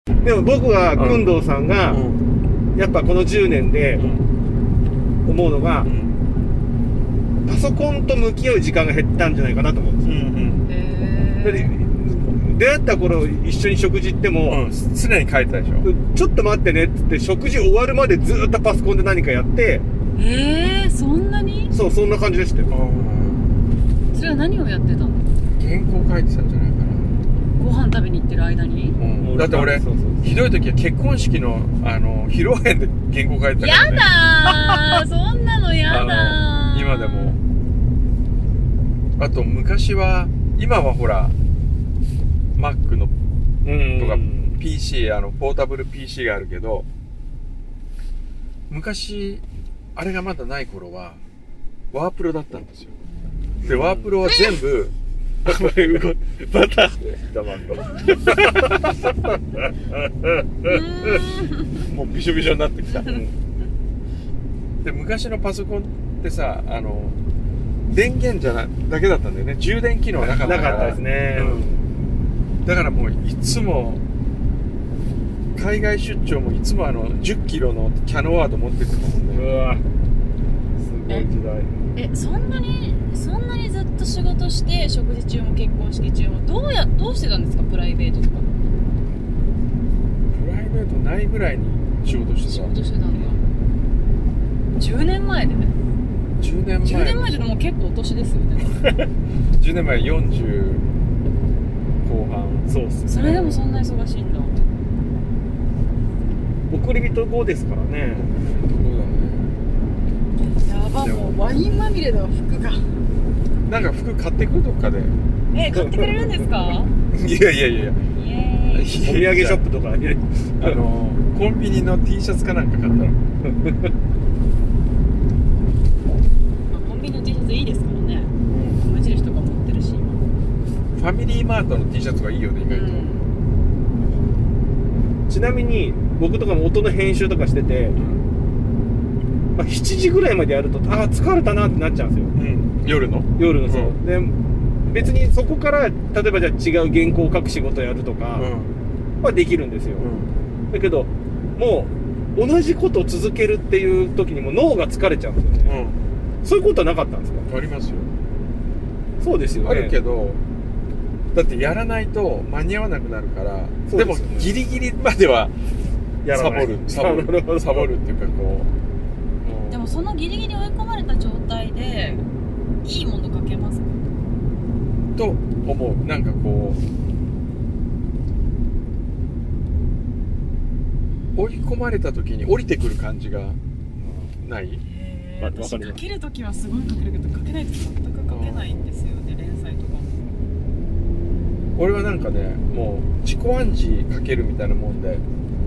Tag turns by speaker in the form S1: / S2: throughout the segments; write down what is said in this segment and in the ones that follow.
S1: でも僕は工藤さんが、やっぱこの10年で思うのが、パソコンと向き合う時間が減ったんじゃないかなと思うんですよ。出会った頃一緒に食事行っても、
S2: 常に書いてたでしょ。
S1: ちょっと待ってねって言って食事終わるまでずっとパソコンで何かやって、
S3: そんなに？
S1: そう、そんな感じでしたよ。
S3: それは何をやってたの？
S2: 原稿書いてたんじゃないかな。
S3: ご飯食べに行ってる間に？
S2: だって俺ひどい時は結婚式の披露宴で原稿書いてたからね。
S3: やだーそんなのやだー。
S2: 今でも。あと昔は、今はほら Mac のとか PC、ポータブル PC があるけど、昔あれがまだない頃はワープロだったんですよ。でワープロは全部バター黙んのもうびしょびしょになってきた。で昔のパソコンってさ、電源じゃなだけだったんだよね。充電機能なかったから。
S1: なかったですね。
S2: だからもういつも海外出張もいつも10キロのキャノワード持ってってたもんね。
S1: うわ、すごい時代。
S3: そんなにずっと仕事して食事中も結婚式中もどうしてたんですか？プライベートとか。
S2: プライベートないぐらいに仕事してた。
S3: 仕事してたんだ。10年前でね。
S2: 10年前
S3: でもう結構お年ですよね。
S2: 10年前40後半。
S1: そうっすね。
S3: それでもそんな忙しいんだ。
S1: 送り人5ですからね。
S3: やば、もうワインまみれだわ、服が。
S2: なんか服買ってくるどっかで。
S3: 買ってくれるんですか？
S2: いや。
S3: イエーイ。
S1: お土産ショップとかに
S2: コンビニの T シャツかなんか買ったら。
S3: コンビニの T シャツいいですからね。無印とか持ってるし。
S2: ファミリーマートの T シャツがいいよね、意外と。
S1: ちなみに僕とかも音の編集とかしてて、7時ぐらいまでやると疲れたなってなっちゃうんですよ。夜のそう、で別にそこから例えばじゃあ違う原稿を書く仕事やるとかはできるんですよ。だけどもう同じことを続けるっていう時にも脳が疲れちゃうんですよね。そういうことはなかったんですか？
S2: ありますよ。
S1: そうですよね。
S2: あるけど、だってやらないと間に合わなくなるから、でもギリギリまではサボるっていうかこう。
S3: でもそのギリギリ追い込まれた状態でいいもの書けますか？
S2: と思う。なんかこう追い込まれた時に降りてくる感じがない？
S3: 私書ける時はすごい書けるけど書けない時全く書けないんですよね、連載とか。
S2: 俺はなんかね、もう自己暗示書けるみたいなもんで、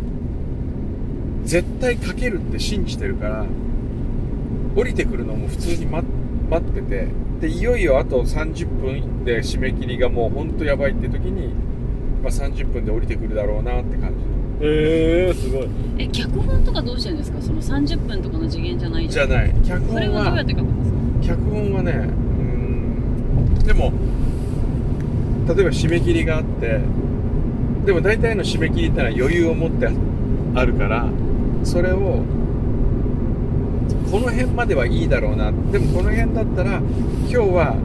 S2: 絶対書けるって信じてるから降りてくるのも普通に待ってて、でいよいよあと30分で締め切りがもうほんとやばいって時に、30分で降りてくるだろうなって感じ。
S1: すごい。
S3: 脚本とかどうしてるんですか？その30分とかの次元じゃない。
S2: じゃない。脚本は
S3: それはどうやって書くんですか？
S2: 脚本はね、でも例えば締め切りがあって、でも大体の締め切りってのは余裕を持ってあるから、それをこの辺まではいいだろうな、でもこの辺だったら今日は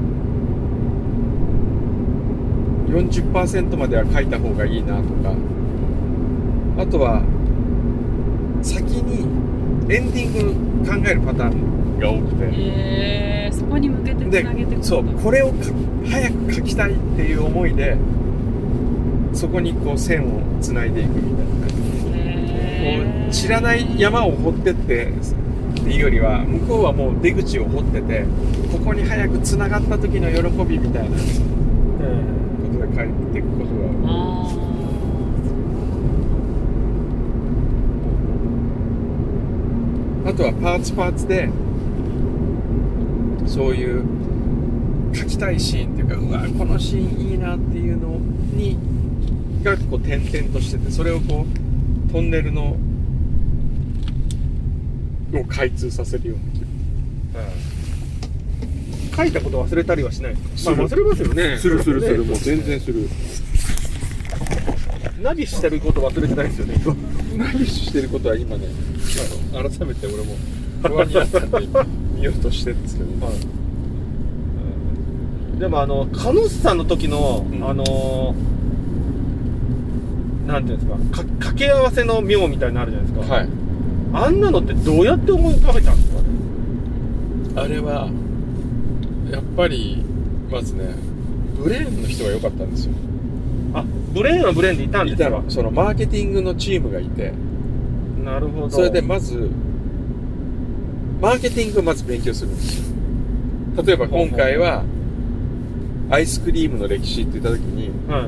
S2: 40% までは書いた方がいいなとか、あとは先にエンディング考えるパターンが多くて、
S3: そこに向けてつなげていく。
S2: そう、これを早く書きたいっていう思いでそこにこう線をつないでいくみたいな感じで、こう知らない山を掘ってってっていうよりは、向こうはもう出口を掘ってて、ここに早くつながった時の喜びみたいなことで書いていくことがあとはパーツでそういう書きたいシーンっていうか、うわこのシーンいいなっていうのにがこう点々としてて、それをこうトンネルのを開通させるような気分。
S1: 書いたこと忘れたりはしないですか？忘れますよね。
S2: するもう全然する。
S1: ナビしてること忘れてないですよね
S2: 今。ナビしてることは今ね、改めて俺も不安になったんで見ようとしてるんですけど、はい、
S1: でもカノスさんの時の、なんていうんですか、掛け合わせの妙みたいなのあるじゃないですか、はい、あんなのってどうやって思い浮かべたんですか？
S2: あれはやっぱりまずね、ブレーンの人が良かったんですよ。
S1: あ、ブレーンはブレーンでいたんですか？いたの。
S2: そのマーケティングのチームがいて、
S1: なるほど。
S2: それでまずマーケティングをまず勉強するんですよ。例えば今回はアイスクリームの歴史って言った時に、はい、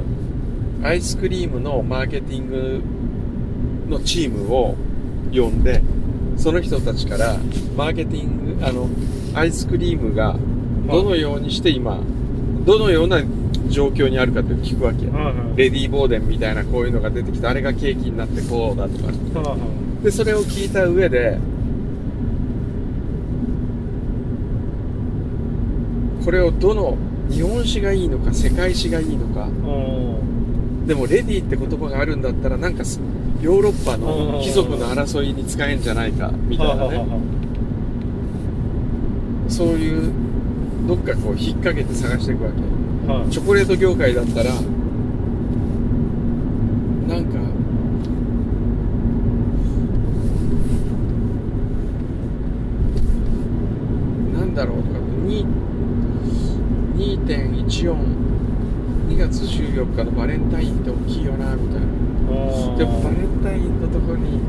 S2: アイスクリームのマーケティングのチームを呼んで、その人たちからマーケティング、アイスクリームがどのようにして今、どのような状況にあるかって聞くわけ、レディー・ボーデンみたいなこういうのが出てきて、あれがケーキになってこうだとか、でそれを聞いた上で、これをどの日本史がいいのか世界史がいいのか、でもレディーって言葉があるんだったらなんかヨーロッパの貴族の争いに使えんじゃないかみたいなね、そういうどっかこう引っ掛けて探していくわけ。チョコレート業界だったらなんかなんだろうとか、2.14 2月14日のバレンタインって大きいよなみたいな。でもバレンタインのところに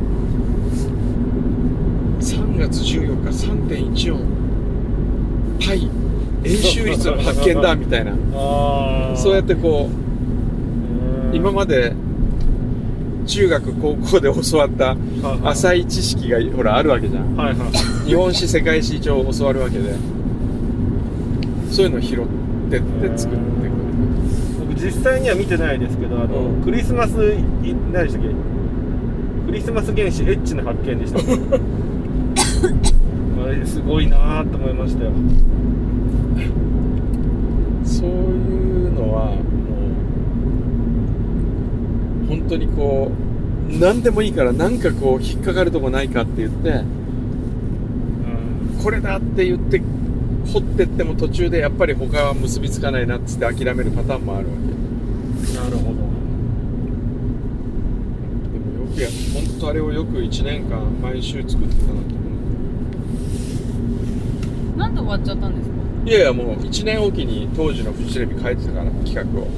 S2: 3月14日 3.14 パイ円周率の発見だみたいなそうやってこう今まで中学高校で教わった浅い知識がほらあるわけじゃん、はいはい、日本史世界史上教わるわけで、そういうのを拾ってって作っていく。
S1: 僕実際には見てないですけど、クリスマス何でしたっけ、クリスマス原始エッチな発見でしたあれすごいなと思いましたよ。
S2: そういうのはもう本当にこう何でもいいからなんかこう引っかかるとこないかって言って、これだって言って掘ってっても途中でやっぱり他は結びつかないなっつって諦めるパターンもあるわけ。
S1: なるほど。
S2: でもよく本当あれをよく1年間毎週作ってたなと思
S3: う。なんで終わっちゃったんですか？
S2: いやいや、もう1年おきに当時のフジテレビ変えてたから企画を。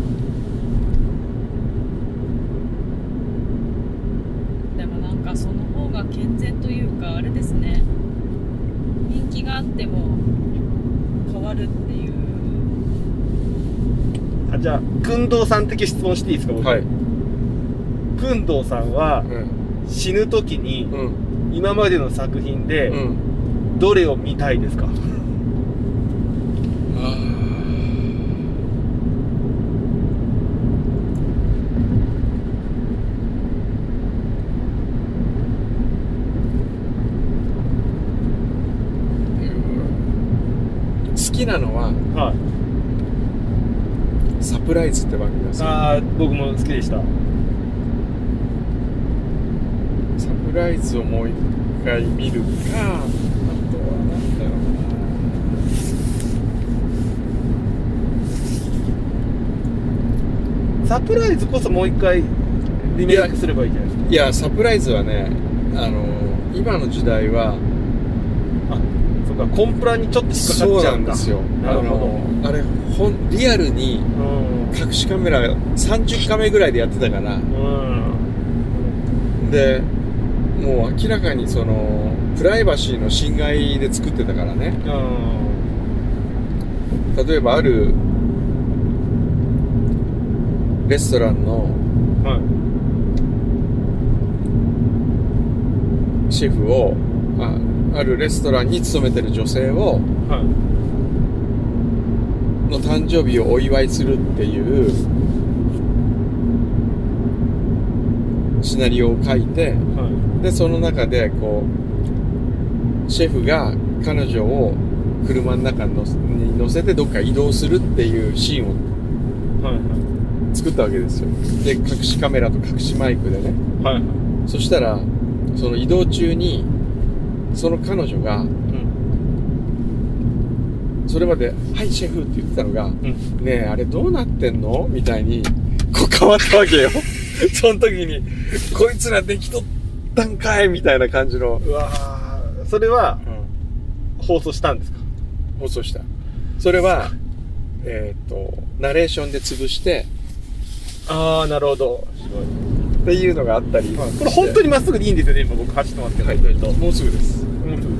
S3: でもなんかその方が健全というかあれですね、人気があっても変わるっていう。
S1: じゃあ工藤さん的質問していいですか？僕、はい、工藤さんは、死ぬ時に、今までの作品で、どれを見たいですか？
S2: 好きなのは、はい、サプライズって番組が好き。
S1: ああ、僕も好きでした。
S2: サプライズをもう一回見るか、あとはなんだろ
S1: うな。サプライズこそもう一回リメイクすればいいじゃないですか。
S2: いや、サプライズはね、今の時代は
S1: コンプラにちょっと引っかかっちゃうんだ。
S2: そうなんですよ。あれリアルに隠しカメラ30カメぐらいでやってたから、でもう明らかにそのプライバシーの侵害で作ってたからね。例えばあるレストランのシェフをあるレストランに勤めてる女性を、の誕生日をお祝いするっていうシナリオを書いて、でその中でこうシェフが彼女を車の中に乗せてどっか移動するっていうシーンを作ったわけですよ。で隠しカメラと隠しマイクでね。
S1: はい。
S2: そしたらその移動中にその彼女が、それまで「はいシェフ」って言ってたのが「ねえあれどうなってんの?」みたいにこう変わったわけよ。その時に「こいつらできとったんかい」みたいな感じの。
S1: うわー、それは、放送したんですか？
S2: 放送した。それはナレーションで潰して、
S1: ああ、なるほど。
S2: っていうのがあったり、
S1: これ本当にまっすぐでいいんですよね、今僕走ってますけど。
S2: はい、もうすぐです。
S1: もうすぐです。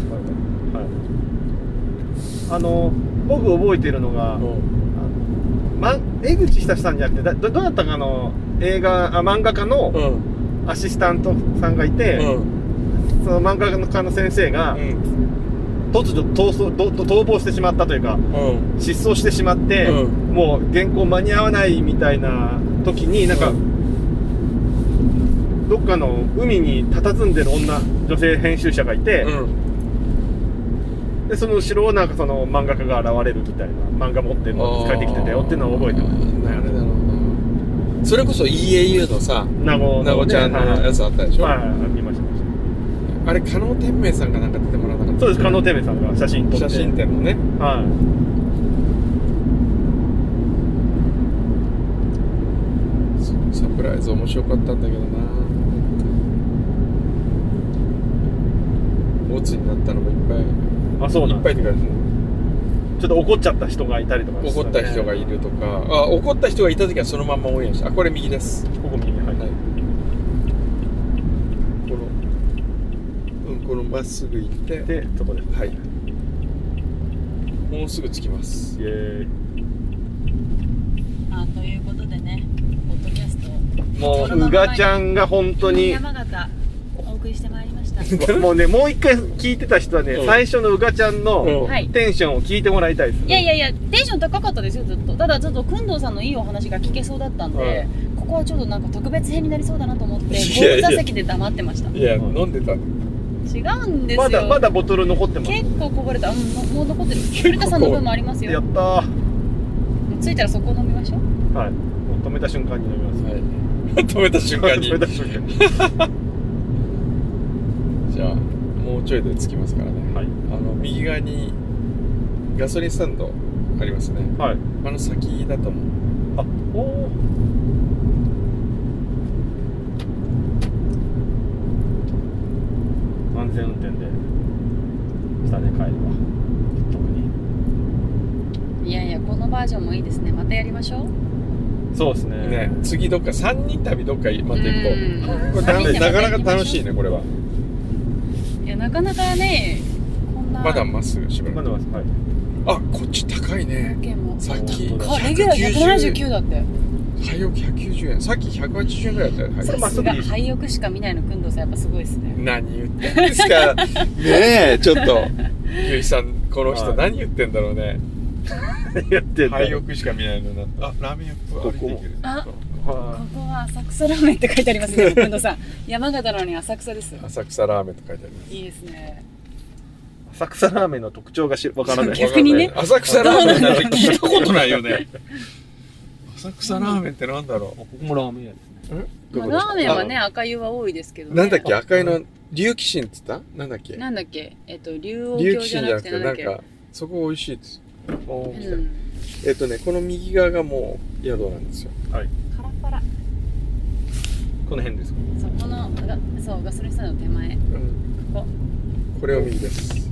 S1: はい。僕覚えてるのが、江口久志さんじゃなくて、どなたかの漫画家のアシスタントさんがいて、その漫画家の先生が、突如逃亡してしまったというか、失踪してしまって、もう原稿間に合わないみたいな時に、なんか、どっかの海に佇んでる女性編集者がいて、でその後ろをなんかその漫画家が現れるみたいな、漫画持ってるのが帰ってきてたよっていうのを覚えてます。
S2: あれだろうな。それこそ EAU のさ、なごちゃんのやつあったでしょ。
S1: はい、見ました。
S2: あれ、加納天明さんがなんか出てもらわなかった？
S1: そうです、加納天明さんが写真撮って。
S2: 写真展のね。
S1: はい。
S2: サプライズ面白かったんだけどな。ボツになったのもいっぱい。
S1: あ、そうなん。
S2: いっぱいってか、
S1: ちょっと怒っちゃった人がいたりとか、
S2: 怒った人がいるとか、怒った人がいた時はそのまんまオンエアした。これ右です。
S1: ここ右、はい。
S2: このまっすぐ行って、
S1: で、そこです。
S2: はい。もうすぐ着きます。
S1: イエーイ。
S3: ということでね、ポッドキャスト
S1: もううがちゃんが本当に
S3: 山形お送りしてまいりました。
S1: もうね、もう一回聞いてた人はね、最初のうがちゃんのテンションを聞いてもらいたいです。
S3: いやテンション高かったですよ、ずっと。ただちょっと工藤さんのいいお話が聞けそうだったんで、ここはちょっとなんか特別編になりそうだなと思って後部座席で黙ってました。
S2: いや、飲んでた。
S3: 違うんですよ。
S1: まだボトル残ってます。
S3: 結構こぼれた。もう残ってる。古田さんの分もありますよ。
S1: やったー。
S3: 着いたらそこ飲みましょう。
S1: はい。止めた瞬間に飲みます。はい。
S2: 止めた瞬間に。
S1: 止めた瞬間に。
S2: じゃあもうちょいで着きますからね。
S1: はい。
S2: 右側にガソリンスタンドありますね。
S1: はい。
S2: あの先だと思う。
S1: あ、おー。安全運転でしたね、帰りは。特に。
S3: いやこのバージョンもいいですね。またやりましょう。
S1: そうですね。
S2: 次どっか3人旅どっかまた行こう。これなかなか楽しいね、これは。
S3: いや、なかなかね、こんな
S2: まだまっすぐしばらく。
S1: まだまっすぐ。はい。
S2: あ、こっち高いね。さっき
S3: レギュラー179だって。
S2: 廃屋190円。さっき180円ぐらいだったよ。
S3: さすが廃屋しか見ないの、工藤さんやっぱすごいですね。
S2: 何言ってんですか。ねえ、ちょっとゆいさん、この人何言ってんだろうね。
S1: やってんだ。
S2: 廃屋しか見ないのな。あ、ラーメン屋歩いていける。
S3: あ、ここは浅草ラーメンって書いてありますね、工藤さん。山形なのに浅草です。
S2: 浅草ラーメンって書いてあります。
S3: いいですね。
S1: 浅草ラーメンの特徴がわからない。
S3: 逆にね。
S2: 浅草ラーメンなんて聞いたことないよね。浅草ラーメンってなんだろう。
S1: ここもラーメン屋ですね。
S3: ラーメンはね、赤湯は多いですけどね。
S2: なんだっけ、赤湯の竜騎神って言った？なんだっけ？
S3: なんだっけ、竜王峡じゃなくて
S2: なんかそこ美味しいです。この右側がもう宿なんですよ。
S1: はい。
S3: カラッパラ。
S1: この辺ですか？
S3: そこのガソリンスタンドの手前。ここ。
S2: これを右です。